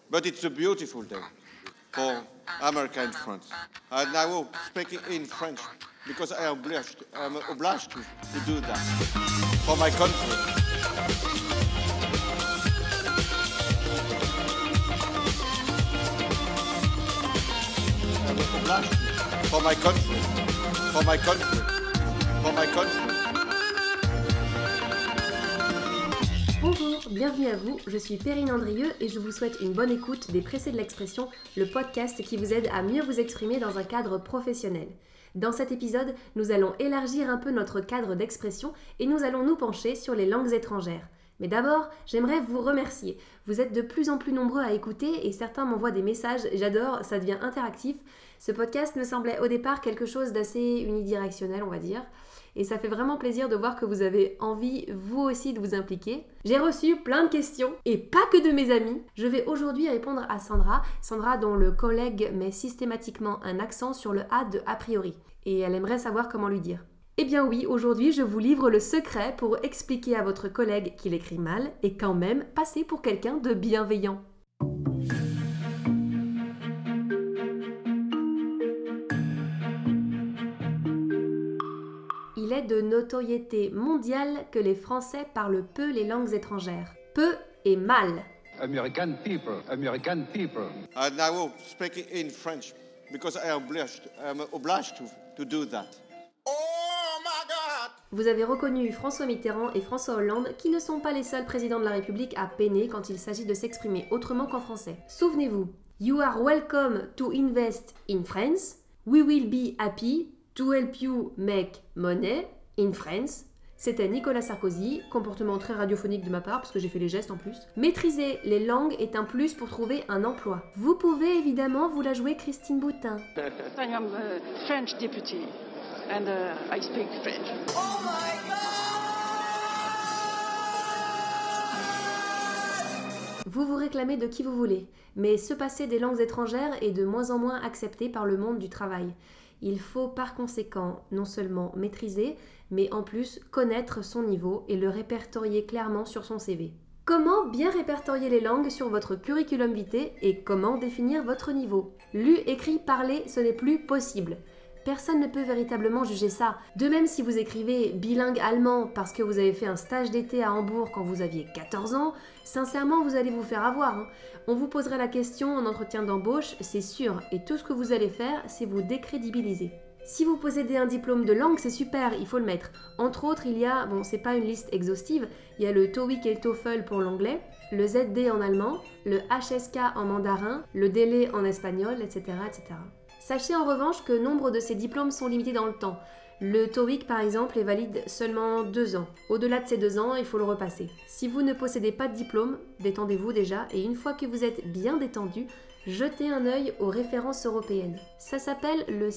But it's a beautiful day for America and France. And I will speak in French because I am obliged to do that for my country. I'm obliged for my country, for my country, for my country. Bonjour, bienvenue à vous, je suis Perrine Andrieux et je vous souhaite une bonne écoute des Pressés de l'expression, le podcast qui vous aide à mieux vous exprimer dans un cadre professionnel. Dans cet épisode, nous allons élargir un peu notre cadre d'expression et nous allons nous pencher sur les langues étrangères. Mais d'abord, j'aimerais vous remercier. Vous êtes de plus en plus nombreux à écouter et certains m'envoient des messages, j'adore, ça devient interactif. Ce podcast me semblait au départ quelque chose d'assez unidirectionnel, on va dire. Et ça fait vraiment plaisir de voir que vous avez envie, vous aussi, de vous impliquer. J'ai reçu plein de questions, et pas que de mes amis. Je vais aujourd'hui répondre à Sandra dont le collègue met systématiquement un accent sur le « a » de « a priori ». Et elle aimerait savoir comment lui dire. Eh bien oui, aujourd'hui, je vous livre le secret pour expliquer à votre collègue qu'il écrit mal et quand même passer pour quelqu'un de bienveillant. Il est de notoriété mondiale que les Français parlent peu les langues étrangères. Peu et mal. American people. And I will speak in French because I am obliged to do that. Vous avez reconnu François Mitterrand et François Hollande qui ne sont pas les seuls présidents de la République à peiner quand il s'agit de s'exprimer autrement qu'en français. Souvenez-vous, You are welcome to invest in France. We will be happy to help you make money in France. C'était Nicolas Sarkozy, comportement très radiophonique de ma part parce que j'ai fait les gestes en plus. Maîtriser les langues est un plus pour trouver un emploi. Vous pouvez évidemment vous la jouer Christine Boutin. I am a French deputy and I speak French. Oh my God! Vous vous réclamez de qui vous voulez, mais se passer des langues étrangères est de moins en moins accepté par le monde du travail. Il faut par conséquent non seulement maîtriser, mais en plus connaître son niveau et le répertorier clairement sur son CV. Comment bien répertorier les langues sur votre curriculum vitae et comment définir votre niveau ? Lu, écrit, parlé, ce n'est plus possible. Personne ne peut véritablement juger ça. De même, si vous écrivez bilingue allemand parce que vous avez fait un stage d'été à Hambourg quand vous aviez 14 ans, sincèrement, vous allez vous faire avoir. On vous posera la question en entretien d'embauche, c'est sûr, et tout ce que vous allez faire, c'est vous décrédibiliser. Si vous possédez un diplôme de langue, c'est super, il faut le mettre. Entre autres, il y a, c'est pas une liste exhaustive, il y a le TOEIC et le TOEFL pour l'anglais, le ZD en allemand, le HSK en mandarin, le DELE en espagnol, etc., etc. Sachez en revanche que nombre de ces diplômes sont limités dans le temps. Le TOEIC par exemple est valide seulement 2 ans. Au-delà de ces 2 ans, il faut le repasser. Si vous ne possédez pas de diplôme, détendez-vous déjà et une fois que vous êtes bien détendu, jetez un œil aux références européennes. Ça s'appelle le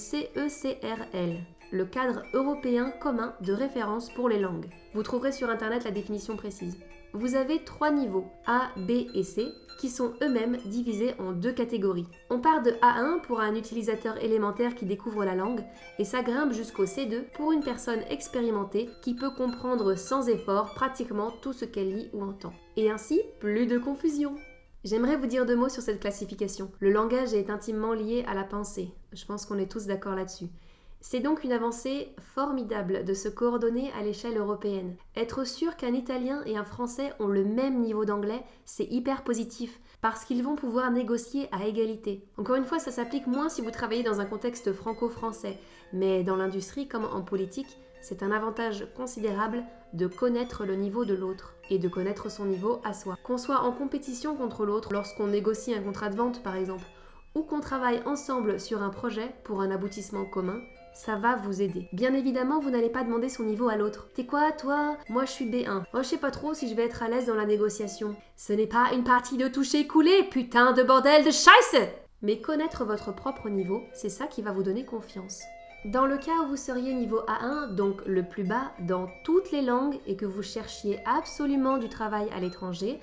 CECRL, le cadre européen commun de référence pour les langues. Vous trouverez sur internet la définition précise. Vous avez 3 niveaux, A, B et C, qui sont eux-mêmes divisés en 2 catégories. On part de A1 pour un utilisateur élémentaire qui découvre la langue, et ça grimpe jusqu'au C2 pour une personne expérimentée qui peut comprendre sans effort pratiquement tout ce qu'elle lit ou entend. Et ainsi, plus de confusion. J'aimerais vous dire 2 mots sur cette classification. Le langage est intimement lié à la pensée. Je pense qu'on est tous d'accord là-dessus. C'est donc une avancée formidable de se coordonner à l'échelle européenne. Être sûr qu'un Italien et un Français ont le même niveau d'anglais, c'est hyper positif, parce qu'ils vont pouvoir négocier à égalité. Encore une fois, ça s'applique moins si vous travaillez dans un contexte franco-français, mais dans l'industrie comme en politique, c'est un avantage considérable de connaître le niveau de l'autre et de connaître son niveau à soi. Qu'on soit en compétition contre l'autre lorsqu'on négocie un contrat de vente par exemple, ou qu'on travaille ensemble sur un projet pour un aboutissement commun, ça va vous aider. Bien évidemment, vous n'allez pas demander son niveau à l'autre. T'es quoi, toi ? Moi, je suis B1. Oh, je sais pas trop si je vais être à l'aise dans la négociation. Ce n'est pas une partie de toucher couler, putain de bordel de scheisse ! Mais connaître votre propre niveau, c'est ça qui va vous donner confiance. Dans le cas où vous seriez niveau A1, donc le plus bas dans toutes les langues et que vous cherchiez absolument du travail à l'étranger,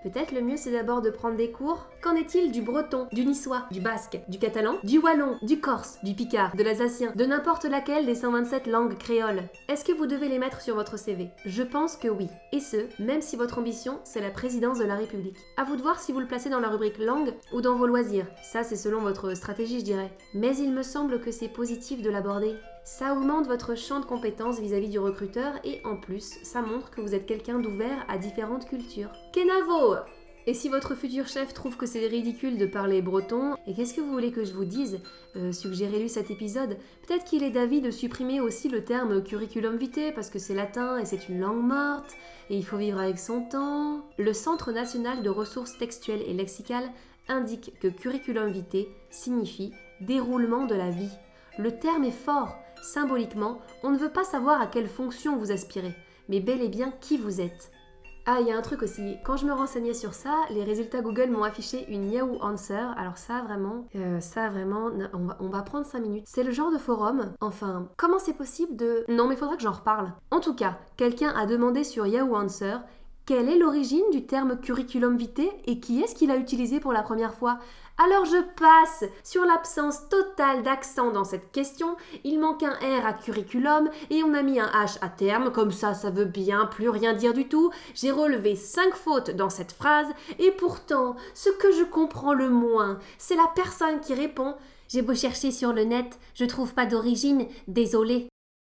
Peut-être le mieux c'est d'abord de prendre des cours. Qu'en est-il du breton, du niçois, du basque, du catalan, du wallon, du corse, du picard, de l'alsacien, de n'importe laquelle des 127 langues créoles? Est-ce que vous devez les mettre sur votre CV? Je pense que oui. Et ce, même si votre ambition c'est la présidence de la République. À vous de voir si vous le placez dans la rubrique langue ou dans vos loisirs. Ça c'est selon votre stratégie je dirais. Mais il me semble que c'est positif de l'aborder. Ça augmente votre champ de compétences vis-à-vis du recruteur et en plus, ça montre que vous êtes quelqu'un d'ouvert à différentes cultures. Kenavo! Et si votre futur chef trouve que c'est ridicule de parler breton, et qu'est-ce que vous voulez que je vous dise? Suggérez-lui cet épisode. Peut-être qu'il est d'avis de supprimer aussi le terme curriculum vitae parce que c'est latin et c'est une langue morte, et il faut vivre avec son temps. Le Centre national de ressources textuelles et lexicales indique que curriculum vitae signifie déroulement de la vie. Le terme est fort. Symboliquement, on ne veut pas savoir à quelle fonction vous aspirez, mais bel et bien qui vous êtes. Ah, il y a un truc aussi, quand je me renseignais sur ça, les résultats Google m'ont affiché une Yahoo Answer, alors ça vraiment, on va prendre 5 minutes. C'est le genre de forum, enfin, comment c'est possible de... Non mais faudra que j'en reparle. En tout cas, quelqu'un a demandé sur Yahoo Answer quelle est l'origine du terme curriculum vitae et qui est-ce qu'il a utilisé pour la première fois. Alors je passe sur l'absence totale d'accent dans cette question, il manque un R à curriculum et on a mis un H à terme, comme ça veut bien plus rien dire du tout. J'ai relevé 5 fautes dans cette phrase et pourtant, ce que je comprends le moins, c'est la personne qui répond « J'ai beau chercher sur le net, je trouve pas d'origine, désolé ».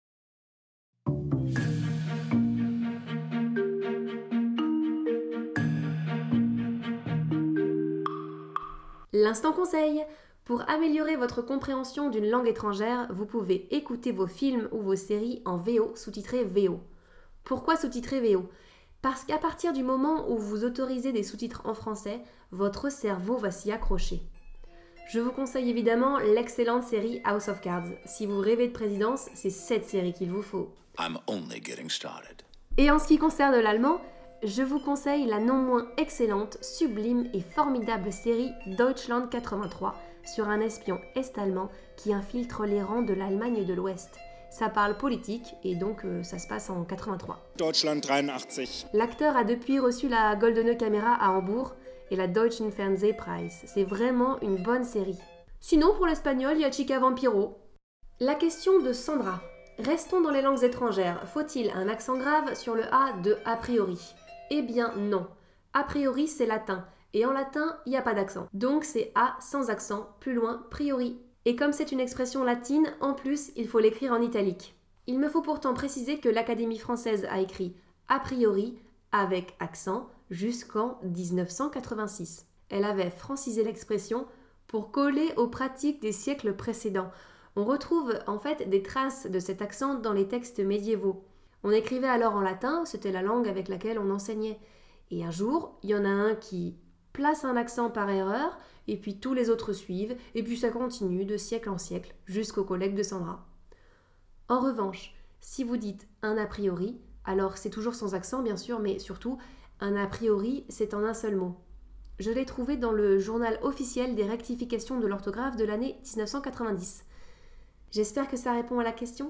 L'instant conseil. Pour améliorer votre compréhension d'une langue étrangère, vous pouvez écouter vos films ou vos séries en VO, sous-titrés VO. Pourquoi sous-titrés VO? Parce qu'à partir du moment où vous autorisez des sous-titres en français, votre cerveau va s'y accrocher. Je vous conseille évidemment l'excellente série House of Cards. Si vous rêvez de présidence, c'est cette série qu'il vous faut. I'm only getting started. Et en ce qui concerne l'allemand, je vous conseille la non moins excellente, sublime et formidable série Deutschland 83 sur un espion est-allemand qui infiltre les rangs de l'Allemagne de l'Ouest. Ça parle politique et donc ça se passe en 83. Deutschland 83. L'acteur a depuis reçu la Goldene Kamera à Hambourg et la Deutschen Fernsehpreis. C'est vraiment une bonne série. Sinon, pour l'espagnol, il y a Chica Vampiro. La question de Sandra. Restons dans les langues étrangères. Faut-il un accent grave sur le A de a priori? Eh bien non. A priori, c'est latin. Et en latin, il n'y a pas d'accent. Donc c'est A sans accent, plus loin, priori. Et comme c'est une expression latine, en plus, il faut l'écrire en italique. Il me faut pourtant préciser que l'Académie française a écrit a priori avec accent jusqu'en 1986. Elle avait francisé l'expression pour coller aux pratiques des siècles précédents. On retrouve en fait des traces de cet accent dans les textes médiévaux. On écrivait alors en latin, c'était la langue avec laquelle on enseignait. Et un jour, il y en a un qui place un accent par erreur, et puis tous les autres suivent, et puis ça continue de siècle en siècle, jusqu'au collègue de Sandra. En revanche, si vous dites un a priori, alors c'est toujours sans accent bien sûr, mais surtout, un a priori, c'est en un seul mot. Je l'ai trouvé dans le journal officiel des rectifications de l'orthographe de l'année 1990. J'espère que ça répond à la question.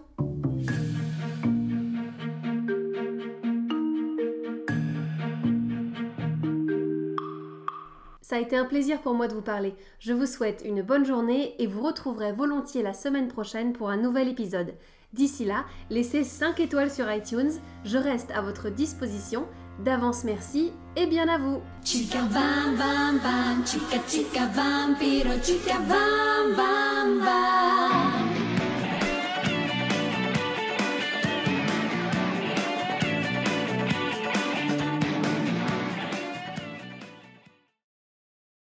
Ça a été un plaisir pour moi de vous parler. Je vous souhaite une bonne journée et vous retrouverez volontiers la semaine prochaine pour un nouvel épisode. D'ici là, laissez 5 étoiles sur iTunes, je reste à votre disposition. D'avance merci et bien à vous. Chica vam vam vam, chica chica vampiro, chica vam vam vam.